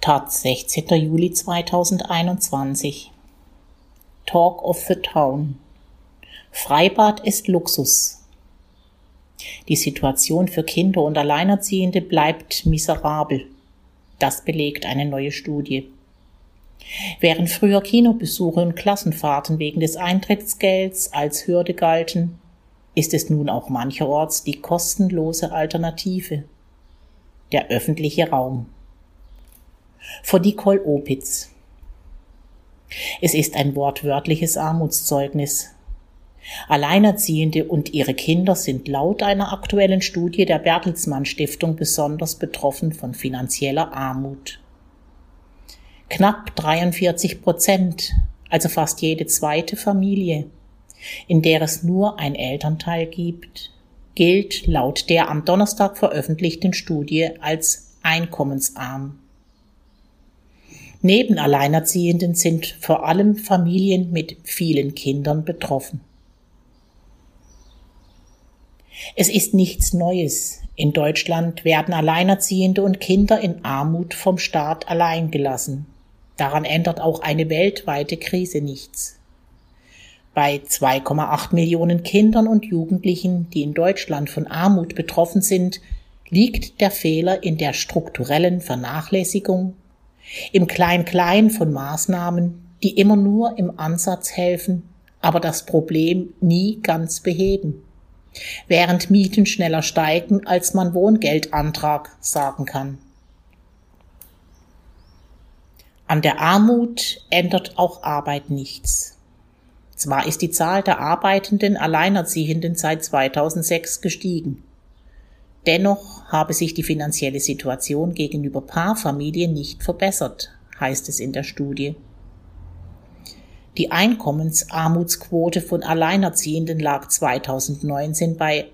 Taz, 16. Juli 2021. Talk of the Town. Freibad ist Luxus. Die Situation für Kinder und Alleinerziehende bleibt miserabel. Das belegt eine neue Studie. Während früher Kinobesuche und Klassenfahrten wegen des Eintrittsgelds als Hürde galten, ist es nun auch mancherorts die kostenlose Alternative, der öffentliche Raum. Von Nicole Opitz. Es ist ein wortwörtliches Armutszeugnis. Alleinerziehende und ihre Kinder sind laut einer aktuellen Studie der Bertelsmann Stiftung besonders betroffen von finanzieller Armut. Knapp 43%, also fast jede zweite Familie, in der es nur ein Elternteil gibt, gilt laut der am Donnerstag veröffentlichten Studie als einkommensarm. Neben Alleinerziehenden sind vor allem Familien mit vielen Kindern betroffen. Es ist nichts Neues. In Deutschland werden Alleinerziehende und Kinder in Armut vom Staat allein gelassen. Daran ändert auch eine weltweite Krise nichts. Bei 2,8 Millionen Kindern und Jugendlichen, die in Deutschland von Armut betroffen sind, liegt der Fehler in der strukturellen Vernachlässigung, im Klein-Klein von Maßnahmen, die immer nur im Ansatz helfen, aber das Problem nie ganz beheben, während Mieten schneller steigen, als man Wohngeldantrag sagen kann. An der Armut ändert auch Arbeit nichts. Zwar ist die Zahl der arbeitenden Alleinerziehenden seit 2006 gestiegen. Dennoch habe sich die finanzielle Situation gegenüber Paarfamilien nicht verbessert, heißt es in der Studie. Die Einkommensarmutsquote von Alleinerziehenden lag 2019 bei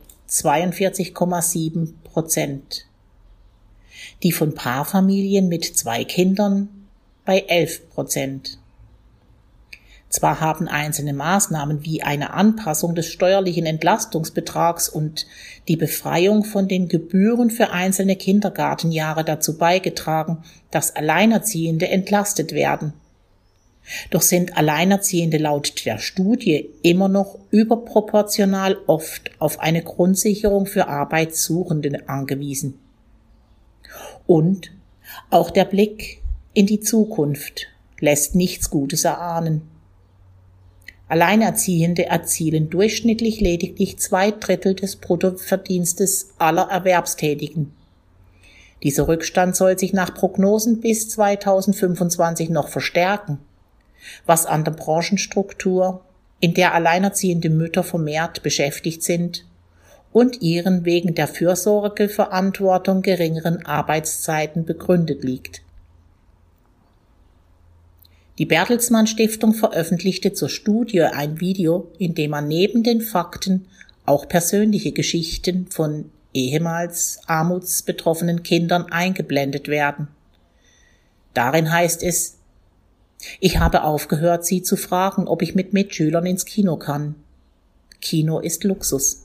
42,7%. Die von Paarfamilien mit 2 Kindern bei 11%. Zwar haben einzelne Maßnahmen wie eine Anpassung des steuerlichen Entlastungsbetrags und die Befreiung von den Gebühren für einzelne Kindergartenjahre dazu beigetragen, dass Alleinerziehende entlastet werden. Doch sind Alleinerziehende laut der Studie immer noch überproportional oft auf eine Grundsicherung für Arbeitssuchende angewiesen. Und auch der Blick in die Zukunft lässt nichts Gutes erahnen. Alleinerziehende erzielen durchschnittlich lediglich 2/3 des Bruttoverdienstes aller Erwerbstätigen. Dieser Rückstand soll sich nach Prognosen bis 2025 noch verstärken, was an der Branchenstruktur, in der alleinerziehende Mütter vermehrt beschäftigt sind, und ihren wegen der Fürsorgeverantwortung geringeren Arbeitszeiten begründet liegt. Die Bertelsmann Stiftung veröffentlichte zur Studie ein Video, in dem man neben den Fakten auch persönliche Geschichten von ehemals armutsbetroffenen Kindern eingeblendet werden. Darin heißt es: Ich habe aufgehört, sie zu fragen, ob ich mit Mitschülern ins Kino kann. Kino ist Luxus.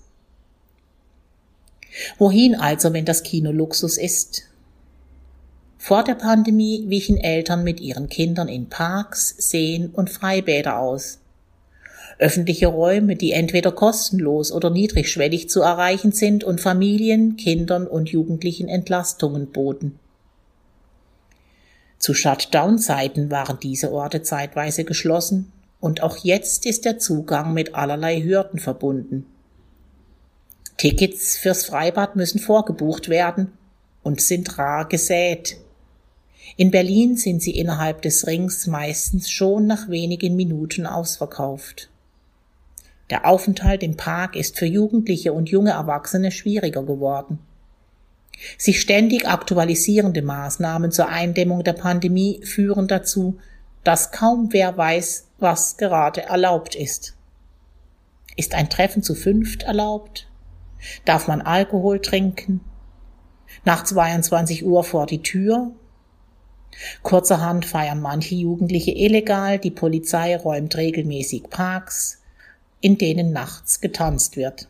Wohin also, wenn das Kino Luxus ist? Vor der Pandemie wichen Eltern mit ihren Kindern in Parks, Seen und Freibäder aus. Öffentliche Räume, die entweder kostenlos oder niedrigschwellig zu erreichen sind und Familien, Kindern und Jugendlichen Entlastungen boten. Zu Shutdown-Zeiten waren diese Orte zeitweise geschlossen und auch jetzt ist der Zugang mit allerlei Hürden verbunden. Tickets fürs Freibad müssen vorgebucht werden und sind rar gesät. In Berlin sind sie innerhalb des Rings meistens schon nach wenigen Minuten ausverkauft. Der Aufenthalt im Park ist für Jugendliche und junge Erwachsene schwieriger geworden. Sich ständig aktualisierende Maßnahmen zur Eindämmung der Pandemie führen dazu, dass kaum wer weiß, was gerade erlaubt ist. Ist ein Treffen zu 5 erlaubt? Darf man Alkohol trinken? Nach 22 Uhr vor die Tür? Kurzerhand feiern manche Jugendliche illegal, die Polizei räumt regelmäßig Parks, in denen nachts getanzt wird.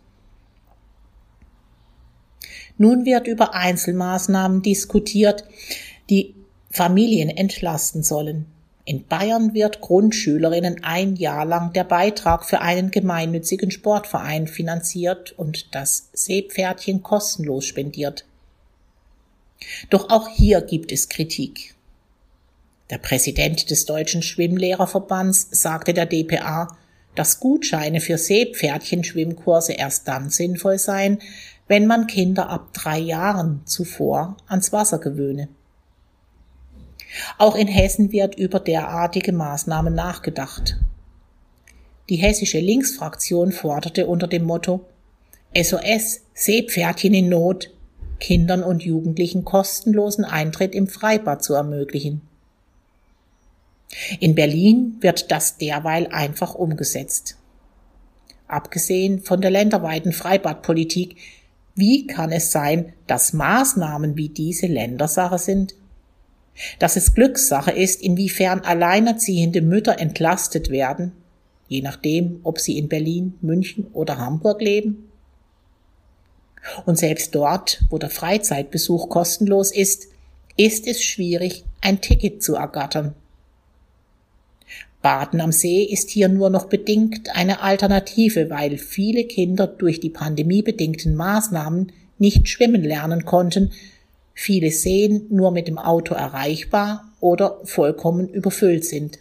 Nun wird über Einzelmaßnahmen diskutiert, die Familien entlasten sollen. In Bayern wird Grundschülerinnen 1 Jahr lang der Beitrag für einen gemeinnützigen Sportverein finanziert und das Seepferdchen kostenlos spendiert. Doch auch hier gibt es Kritik. Der Präsident des Deutschen Schwimmlehrerverbands sagte der dpa, dass Gutscheine für Seepferdchen-Schwimmkurse erst dann sinnvoll seien, wenn man Kinder ab 3 Jahren zuvor ans Wasser gewöhne. Auch in Hessen wird über derartige Maßnahmen nachgedacht. Die hessische Linksfraktion forderte unter dem Motto SOS Seepferdchen in Not, Kindern und Jugendlichen kostenlosen Eintritt im Freibad zu ermöglichen. In Berlin wird das derweil einfach umgesetzt. Abgesehen von der länderweiten Freibadpolitik, wie kann es sein, dass Maßnahmen wie diese Ländersache sind? Dass es Glückssache ist, inwiefern alleinerziehende Mütter entlastet werden, je nachdem, ob sie in Berlin, München oder Hamburg leben? Und selbst dort, wo der Freizeitbesuch kostenlos ist es schwierig, ein Ticket zu ergattern. Baden am See ist hier nur noch bedingt eine Alternative, weil viele Kinder durch die pandemiebedingten Maßnahmen nicht schwimmen lernen konnten, viele Seen nur mit dem Auto erreichbar oder vollkommen überfüllt sind.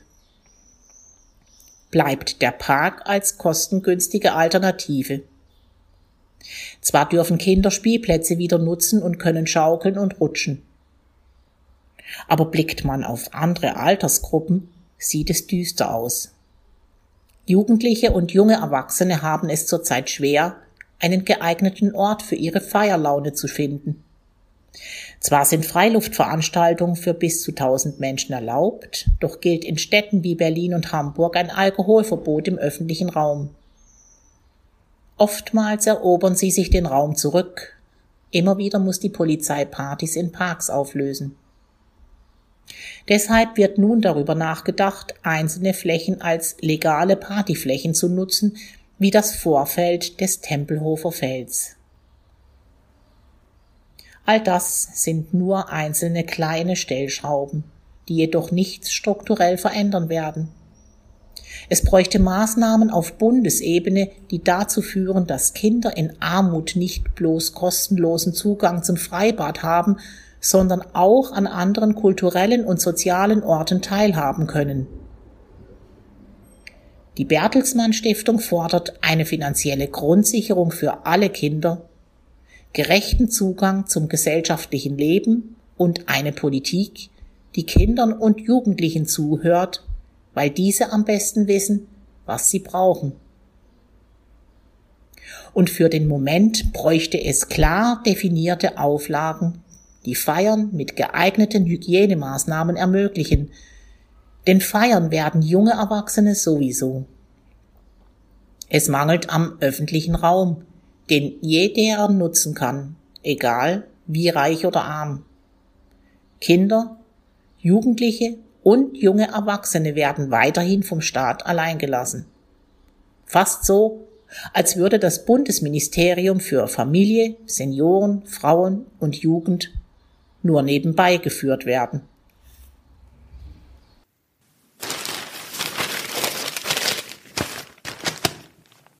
Bleibt der Park als kostengünstige Alternative. Zwar dürfen Kinder Spielplätze wieder nutzen und können schaukeln und rutschen. Aber blickt man auf andere Altersgruppen, sieht es düster aus. Jugendliche und junge Erwachsene haben es zurzeit schwer, einen geeigneten Ort für ihre Feierlaune zu finden. Zwar sind Freiluftveranstaltungen für bis zu 1000 Menschen erlaubt, doch gilt in Städten wie Berlin und Hamburg ein Alkoholverbot im öffentlichen Raum. Oftmals erobern sie sich den Raum zurück. Immer wieder muss die Polizei Partys in Parks auflösen. Deshalb wird nun darüber nachgedacht, einzelne Flächen als legale Partyflächen zu nutzen, wie das Vorfeld des Tempelhofer Felds. All das sind nur einzelne kleine Stellschrauben, die jedoch nichts strukturell verändern werden. Es bräuchte Maßnahmen auf Bundesebene, die dazu führen, dass Kinder in Armut nicht bloß kostenlosen Zugang zum Freibad haben, sondern auch an anderen kulturellen und sozialen Orten teilhaben können. Die Bertelsmann Stiftung fordert eine finanzielle Grundsicherung für alle Kinder, gerechten Zugang zum gesellschaftlichen Leben und eine Politik, die Kindern und Jugendlichen zuhört, weil diese am besten wissen, was sie brauchen. Und für den Moment bräuchte es klar definierte Auflagen, die Feiern mit geeigneten Hygienemaßnahmen ermöglichen, denn feiern werden junge Erwachsene sowieso. Es mangelt am öffentlichen Raum, den jeder nutzen kann, egal wie reich oder arm. Kinder, Jugendliche und junge Erwachsene werden weiterhin vom Staat allein gelassen. Fast so, als würde das Bundesministerium für Familie, Senioren, Frauen und Jugend nur nebenbei geführt werden.